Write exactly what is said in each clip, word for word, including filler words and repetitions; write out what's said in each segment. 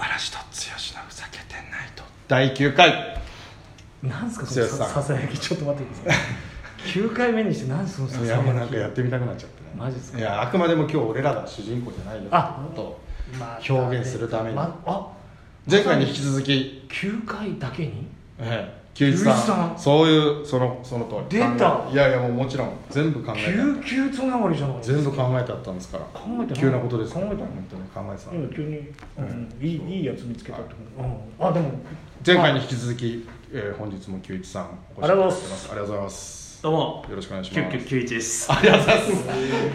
嵐と剛のふざけてないとだいきゅうかい。 なんすかそのささやき、ちょっと待ってくださいきゅうかいめにして何そのささやき。 いやなんかやってみたくなっちゃってね。 マジですか。 いやあくまでも今日俺らが主人公じゃないよと表現するために、まあ、前回に引き続ききゅうかいだけに、 ええ、キュウイチさん、そういうそのその通り。 出た。 いやいやもうもちろん全部考えた。 救急つながりじゃないですか。 全部考えてあったんですから。 考えて急なことですから。 考えたの本当に考えてた。 今急に、うんうん、いいいいやつ見つけたってこと。うん、あでも前回に引き続き、えー、本日もキュウイチさんお越しいただいてます。ありがとうございます。 どうもよろしくお願いします。 キュウイチです。 ありがとうございます。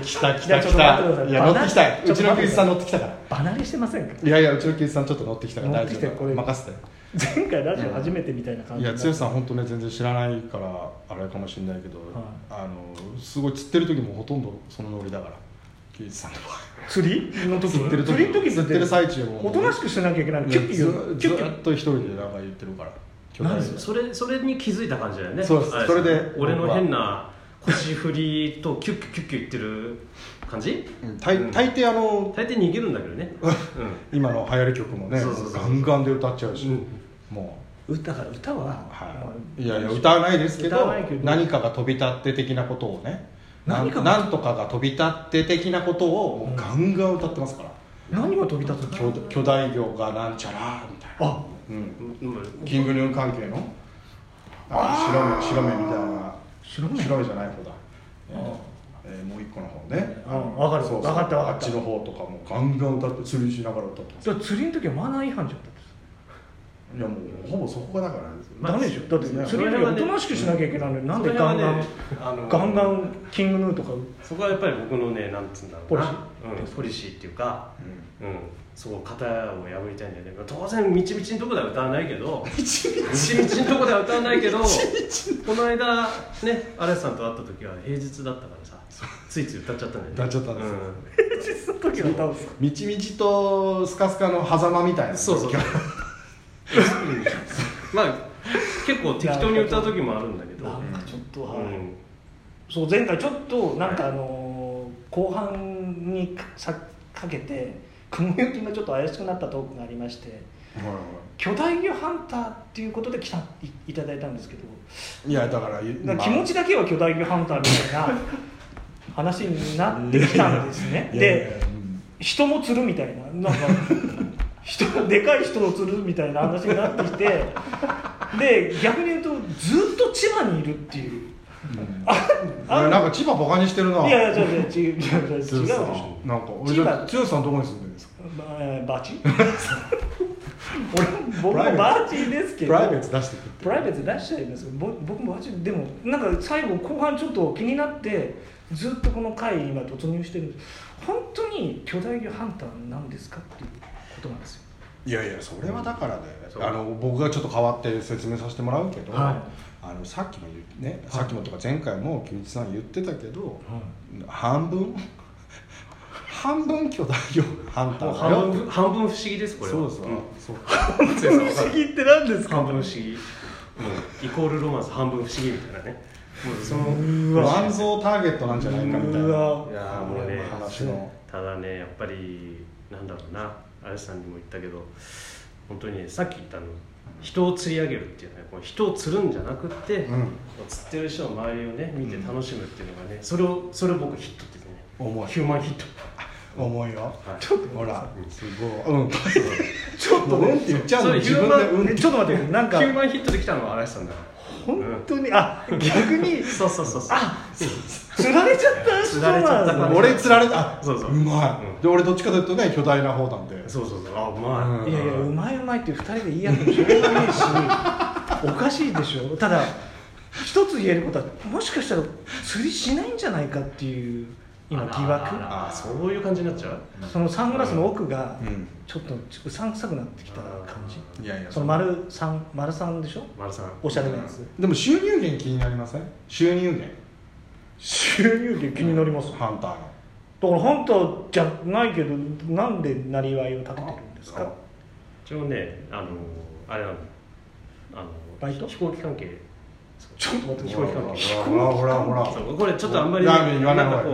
来た来た来た。いや乗ってきたい。うちのキュウイチさん乗ってきたから。 離れしてませんか。 いやいやうちのキュウイチさんちょっと乗ってきたから大丈夫。任せて。 前回ラジオ初めてみたいな感じ、 うん、いや剛さん本当ね全然知らないからあれかもしれないけど、はい、あのすごい釣ってる時もほとんどそのノリだからキュウイチさんの場合釣りの時釣ってる時釣りの時釣ってる最中もおとなしくしなきゃいけないの。 キュッキュずっと一人でなんか言ってるから。 何それそれに気づいた感じだよね。 そうです。それで俺の変な腰振りとキュッキュッキュッキュ言ってる感じ、 うん、大, 大抵あの大抵逃げるんだけどね、うん、 今の流行り曲もねそうそうそうガンガンで歌っちゃうし、うん、もう歌が歌は、 はい、いやいや歌わないですけど何かが飛び立って的なことをね何かなんとかが飛び立って的なことをもうガンガン歌ってますから、 うん、何が飛び立つの。巨大魚がなんちゃらみたいな。あ、うん、キングヌー関係のあ白目白目みたいな白目白目じゃない方だ、えーえー、もう一個の方ね。 あ、分かる。分かった分かった。 あっちの方とかもガンガン歌って釣りしながら歌ってます。 じゃあ釣りの時はマナー違反じゃったんです。 いやもうほぼそこがだからダメでしょ。だって釣りの時はおとなしくしなきゃいけないのに、なんでガンガン、ね、あのー、ガンガンキングヌーとか。 そこはやっぱり僕のね、なんつうんだろうな、 ポリシー、 うん、ポリシーっていうか、うん、うん、そう型を破りたいんだよね。当然みちみちのとこでは歌わないけどみちみちのとこでは歌わないけどこの間ね嵐さんと会った時は平日だったからさついつい歌っちゃったんだよね。 歌っちゃったんですよ、 うん、平日の時は歌うんですか。 みちみちとスカスカの狭間みたいな。 そうそうまあ結構適当に歌う時もあるんだけど、 なんかちょっと、はい、うん、そう前回ちょっとなんかあのー、後半にさかけて雲行きがちょっと怪しくなったトークがありまして、はいはい、巨大魚ハンターっていうことで来た い, いただいたんですけど、 いやだから、 まあ、気持ちだけは巨大魚ハンターみたいな話になってきたんですね。で、うん、人も釣るみたいな、なんか人でかい人を釣るみたいな話になってきてで逆に言うとずっと千葉にいるっていう、うん、ああなんか千葉バカにしてるな。 いやいや違う違う違う違う違うでしょ。 なんか俺じゃあ剛さんどこに住んでるんですか。 バチ俺僕もバチですけどプライベート出してくるプライベート出しちゃいますけど僕もバチでもなんか最後後半ちょっと気になってずっとこの回今突入してるんです。本当に巨大魚ハンターなんですかっていうことなんですよ。 いやいやそれはだからね、うん、あの僕がちょっと変わって説明させてもらうけど、はい、あのさっきも言ね、はい、さっきもとか前回もキュウイチさん言ってたけど、はい、半分半分巨大魚ハンター半分半分不思議ですこれは。 そうそう、うん、そう半分不思議って何ですか。 半分不思議、うん、イコールロマンス半分不思議みたいなね。もうそのワンゾーターゲットなんじゃないかみたいな。いやもうね話のただねやっぱりなんだろうな。嵐さんにも言ったけど本当にねさっき言ったの人を釣り上げるっていうねこの人を釣るんじゃなくって、うん、釣ってる人の周りをね見て楽しむっていうのがねそれをそれを僕ヒットって言ってね重いヒューマンヒット重いよ、はい、 ちょっとほらすごいうんちょっとうんって言っちゃうの自分でうんちょっと待ってなんかヒューマンヒットできたのは嵐さんだ本当に、うん、あ逆にそうそうそうそうあ釣られちゃった釣られちゃった俺釣られたそうそううまい、うん、で俺どっちかというとね巨大な方なんでそうそうそうあうまい、うん、いやいやうまいうまいってふたりで言い合ってもしょうがないしおかしいでしょ。ただ一つ言えることはもしかしたら釣りしないんじゃないかっていう今疑惑。 ああそういう感じになっちゃう。 そのサングラスの奥がちょっとうさんくさくなってきた感じ。 いやいやその丸三丸三でしょ。 丸三おしゃれなやつ、うん、 でも収入源気になりません。収入源収入源気になります、うん、 ハンターのだからハンターじゃないけどなんでなりわいを立ててるんですか。 一応ねあのあれなのあのバイト飛行機関係ちょっと待って飛行機関係ほらほらほらこれちょっとあんまり言わない方がいい。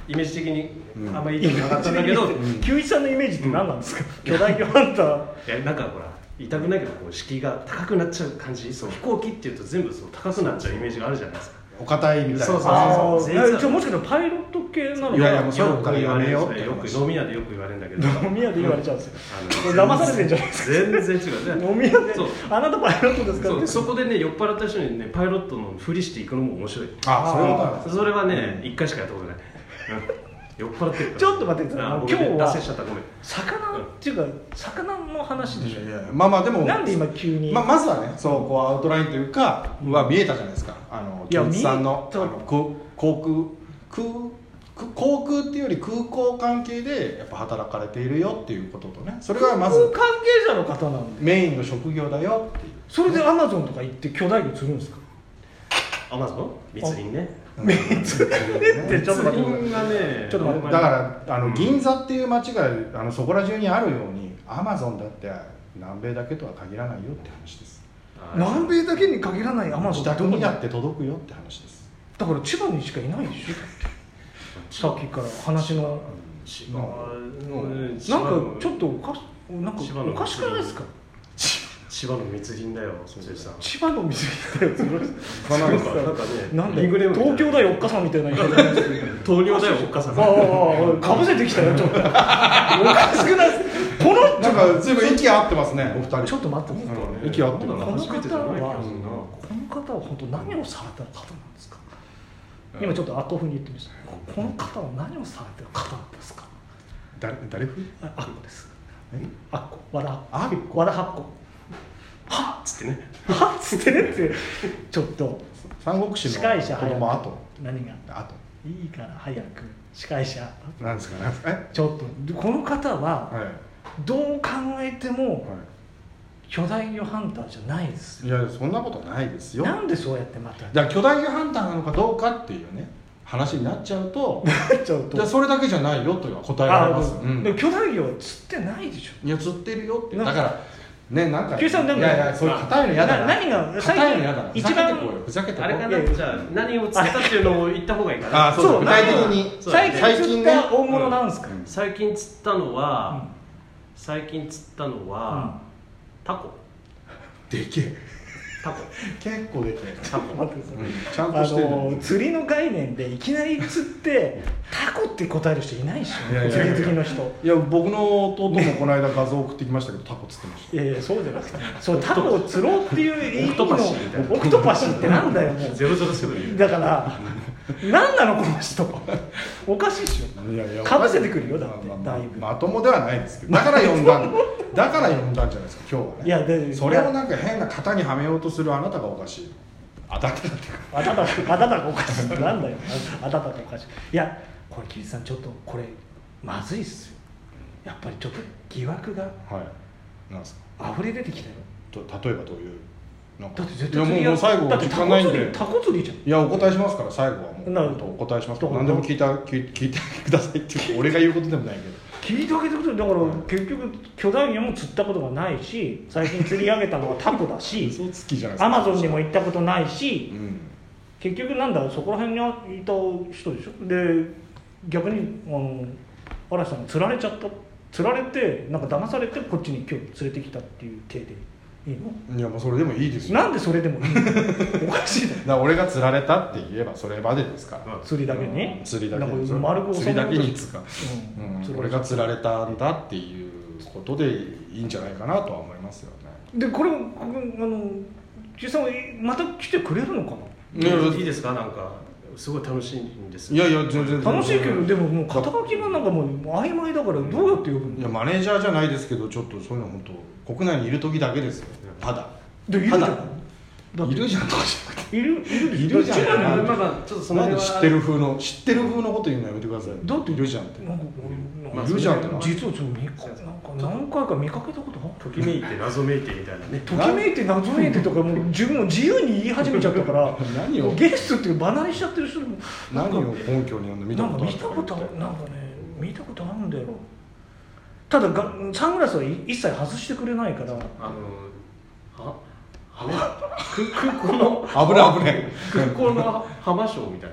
イメージ的にあんまり言いたくなかったんだけど、 九一さんのイメージって何なんですか、巨大魚ハンター。 いやなんかほら言いたくないけどこう敷居が高くなっちゃう感じ、そう飛行機っていうと全部そう高くなっちゃうイメージがあるじゃないですか。 お堅いみたいな。 そうそうそうそう。じゃあもしかしたらパイロット系なのか。 いやいやもうそれよく言われるよってよく飲み屋でよく言われるんだけど飲み屋で言われちゃうんですよ。 あの騙されてんじゃないですか。 全然違う。 飲み屋であなたパイロットですかって。 そこでね酔っ払った人にねパイロットのふりしていくのも面白い。 あ、そういうことなんです。 それはね一回しかやったことない。酔っ払ってるから。 ちょっと待ってください。今日は脱線しちゃったごめん。 魚っていうか魚の話でしょ。 いやいやまあまあでもなんで今急に。 ままずはねそうこうアウトラインというかは見えたじゃないですか。あのいや京一さんのあ見えたの航航空空航空っていうより空港関係でやっぱ働かれているよっていうこととね、それがまず空港関係者の方なんで。 メインの職業だよっていう。 それでアマゾンとか行って巨大魚釣るんですか。 アマゾン密林ね。 めっちゃってちょっと待ってください。 密林がねちょっと待ってだからあの銀座っていう街があのそこら中にあるようにアマゾンだって南米だけとは限らないよって話です。 南米だけに限らないアマゾン自宅にだって届くよって話です。 だから千葉にしかいないでしょ。さっきから話の千葉なんかちょっとおかしなんかおかしくないですか。 千葉の密林だよ、先生さん。 千葉の密林だよ。 なんかなんかね、 なんで東京だよおっかさんみたいな言い方なんですけど。 東京だよおっかさん。 ああかぶせてきたよちょっと。おかしくない。このなんか随分息合ってますねお二人。 ちょっと待ってください。 息合ってる。 この方は初めてじゃないけどな。 この方は本当何をされた方なんですか。今ちょっとアッコ風に言ってみました。この方は何をされてる方なんですか。 誰誰風？ あアッコです。 え？ アッコ和田あ和田八コ。 はっつってね。 はっつってねってちょっと三国志の司会者子供後何が後いいから早く司会者なんですかね。え？ ちょっとこの方ははいどう考えてもは巨大魚ハンターじゃないですい。いやそんなことないですよ。 なんでそうやってまたじゃあ巨大魚ハンターなのかどうかっていうね話になっちゃうと、 ちょっとじゃあそれだけじゃないよという答えられます。うんでも巨大魚は釣ってないでしょ。 いや釣ってるよってだなんかからねなんか九さんなんかいやいやそういう硬いの嫌だな。 な何が硬いの嫌だな。 一番ふざけてこうよふざけてこう。 あれかな、じゃあ何を釣ったっていうのを言った方がいいかな。 あそう具体的に最近釣った大物なんですか。 最近釣ったのは、最近釣ったのは、タコ。 でけえ。 タコ。 結構でけえ。 タコ。 待ってください。 ちゃんとあしてる。 の釣りの概念でいきなり釣ってタコって答える人いないでしょ。 いやいやいや釣り好きの人。 いや僕の弟もこの間画像送ってきましたけどタコ釣ってましいやいやそうじゃなくて、そうタコを釣ろうっていう意味のオクトパシーオクトパシーってなんだよもう。 ゼロゼロセブン。 だから何なのこの人。おかしいでしょ。 た。いやいやかぶせてくるよだってまあまあだいぶ。 まともではないですけどだから呼んだんだから呼んだんじゃないですか今日はね。 いやでそれをなんか変な型にはめようとするあなたがおかしい。あだただってあたたあたたがおかしい。なんだよあたたがおかしい。いやこれ桐さんちょっとこれまずいっすよ。やっぱりちょっと疑惑がはいなんですか。 溢れ出てきたよ。 と例えばどういうなんかだって絶いやもう対釣りやもう最後だって時間ないんでタコ釣りじゃん。 いやお答えしますから最後はもうなる本当お答えしますからどう何でも聞いた聞い聞いてくださいっていう俺が言うことでもないけど聞いてあげてくれ。だから結局巨大魚も釣ったことがないし最近釣り上げたのはタコだし嘘つきじゃないですか。 アマゾンにも行ったことないしうん結局なんだそこら辺にいた人でしょ。で逆にあの嵐さんが釣られちゃった釣られてなんか騙されてこっちに今日連れてきたっていう体でいいの。 いやもうそれでもいいですよ。 なんでそれでもいいの。おかしいだろ。 だから俺が釣られたって言えばそれまでですから釣りだけに、 うん釣りだけなんにか丸く収釣りだめようとけにつか、 うんうん、俺が釣られたんだっていうことでいいんじゃないかなとは思いますよね。 でこれここあの岸さんはまた来てくれるのかな。 いやいいですか、なんかすごい楽しいんですいやいや全然楽しいけどでももう肩書きがなんかもう曖昧だからどうやって呼ぶの。 いやマネージャーじゃないですけどちょっとそういうの本当国内にいる時だけですよ。ただでいるじゃん。 ただだっているじゃんとかじゃなくているいるでしょ。 いるじゃん千葉にまあまあまあちょっとそのなん辺はで知ってる風の知ってる風のこと言うのやめてください。 だっているじゃんってなんかまあいるじゃんってな実はちょっと見かなんか何回か見かけたことある。 ときめいて謎めいてみたいなね。 ときめいて謎めいてとかもう自分も自由に言い始めちゃったから何をゲストっていう離れしちゃってる人でもなんか何を根拠に呼んで見たなんかことある見たことあるなんかね見たことあるんだよ。ただがサングラスは一切外してくれないから。 あのははね空空港の危ない危ない空港の浜ショーみたいなね。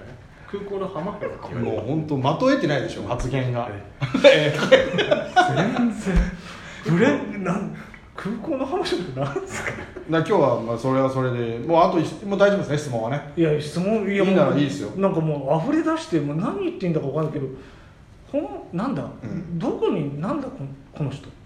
空港の浜風って言われもう本当まとえてないでしょ発言が全然ブレなん空港の話って何ですか。 だ今日はまあそれはそれでもうあともう大丈夫ですね質問はね。 いや質問いやいいならいいですよ。 なんかもう溢れ出してもう何言ってんだか分かんないけどほんなんだ、うん、どこになんだこの、この人、うん、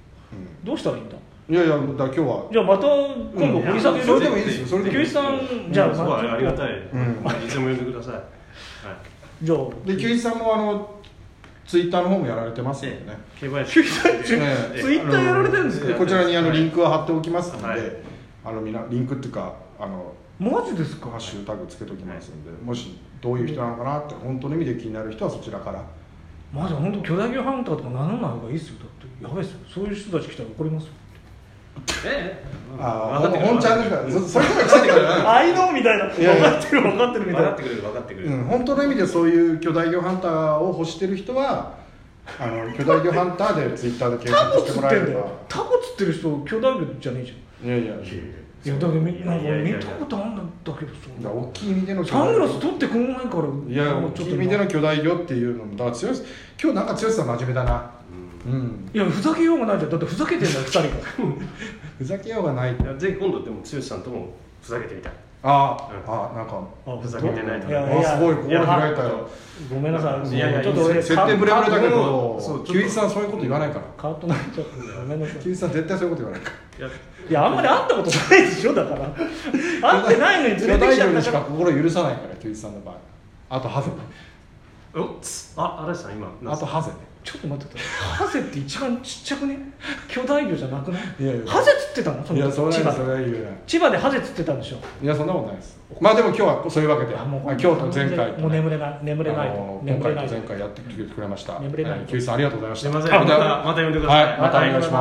どうしたらいいんだ。 いやいやだ今日はじゃあまた今度掘り下げる、 うん、それでもいいですよ。それでもいいですよ。 木内さんじゃあ、 うん、すごいありがたい、 うん、 いつも呼んでください、はい、 じゃあで木内さんもあのツイッターの方もやられてますよね。 木内さんツイッターやられてるんですか。 こちらにあのリンクは貼っておきますので、はい、あのみなリンクっていうかあのマジですか。 ハッシュタグつけておきますので、もしどういう人なのかなって本当の意味で気になる人はそちらから。 マジ本当巨大魚ハンターとか名乗らない方がいいですよ。だってやばいですよ。そういう人たち来たら怒りますよ。 ええああ本ちゃんですからそれから来てくれないアイノーみたいな分かってる分かってるみたいな分かってくれる分かってくれる、 うん、本当の意味でそういう巨大魚ハンターを欲してる人はあの巨大魚ハンターでツイッターで検索してもらえれば。 タコ釣ってる人巨大魚じゃねえじゃん。 いやいやいやいやだけどなんか見たことあるんだけどさ、 大きい意味でのサングラス取ってくんないから。 いや大きい意味での巨大魚っていうのもだから強い今日なんか剛さん真面目だな。うん、うん、 いやふざけようがないじゃん。だってふざけてんだよふたりがふざけようがない。いやぜひ今度でも剛さんともふざけてみたい。 ああ、うん、あなんかふざけてないとか。 いやいやすごい心開いたよ。 ごめんなさい。 いやいやちょっと俺設定ブレブレだけど木内さんそういうこと言わないから。 カーッとなっちゃってごめんなさい。 木内さん絶対そういうこと言わないから。 いやいやあんまり会ったことないでしょ。だから会ってないのに連れてきちゃったから。巨大魚にしか心許さないから木内さんの場合。あとハゼ。 おっあ嵐さん今あとハゼ。 ちょっと待ってください。ハゼって一番ちっちゃくね。巨大魚じゃなくない。 いやいやハゼ釣ってたの。そのいやそれ千葉それは言うな。 千葉でハゼ釣ってたんでしょ。 いやそんなことないです。まあでも今日はそういうわけであもう今日と前回もう眠れない眠れない今回と前回やってきてくれました。 眠れない。 木内さんありがとうございました。 すみませんまたまた呼んでください。 はいまたお願いします。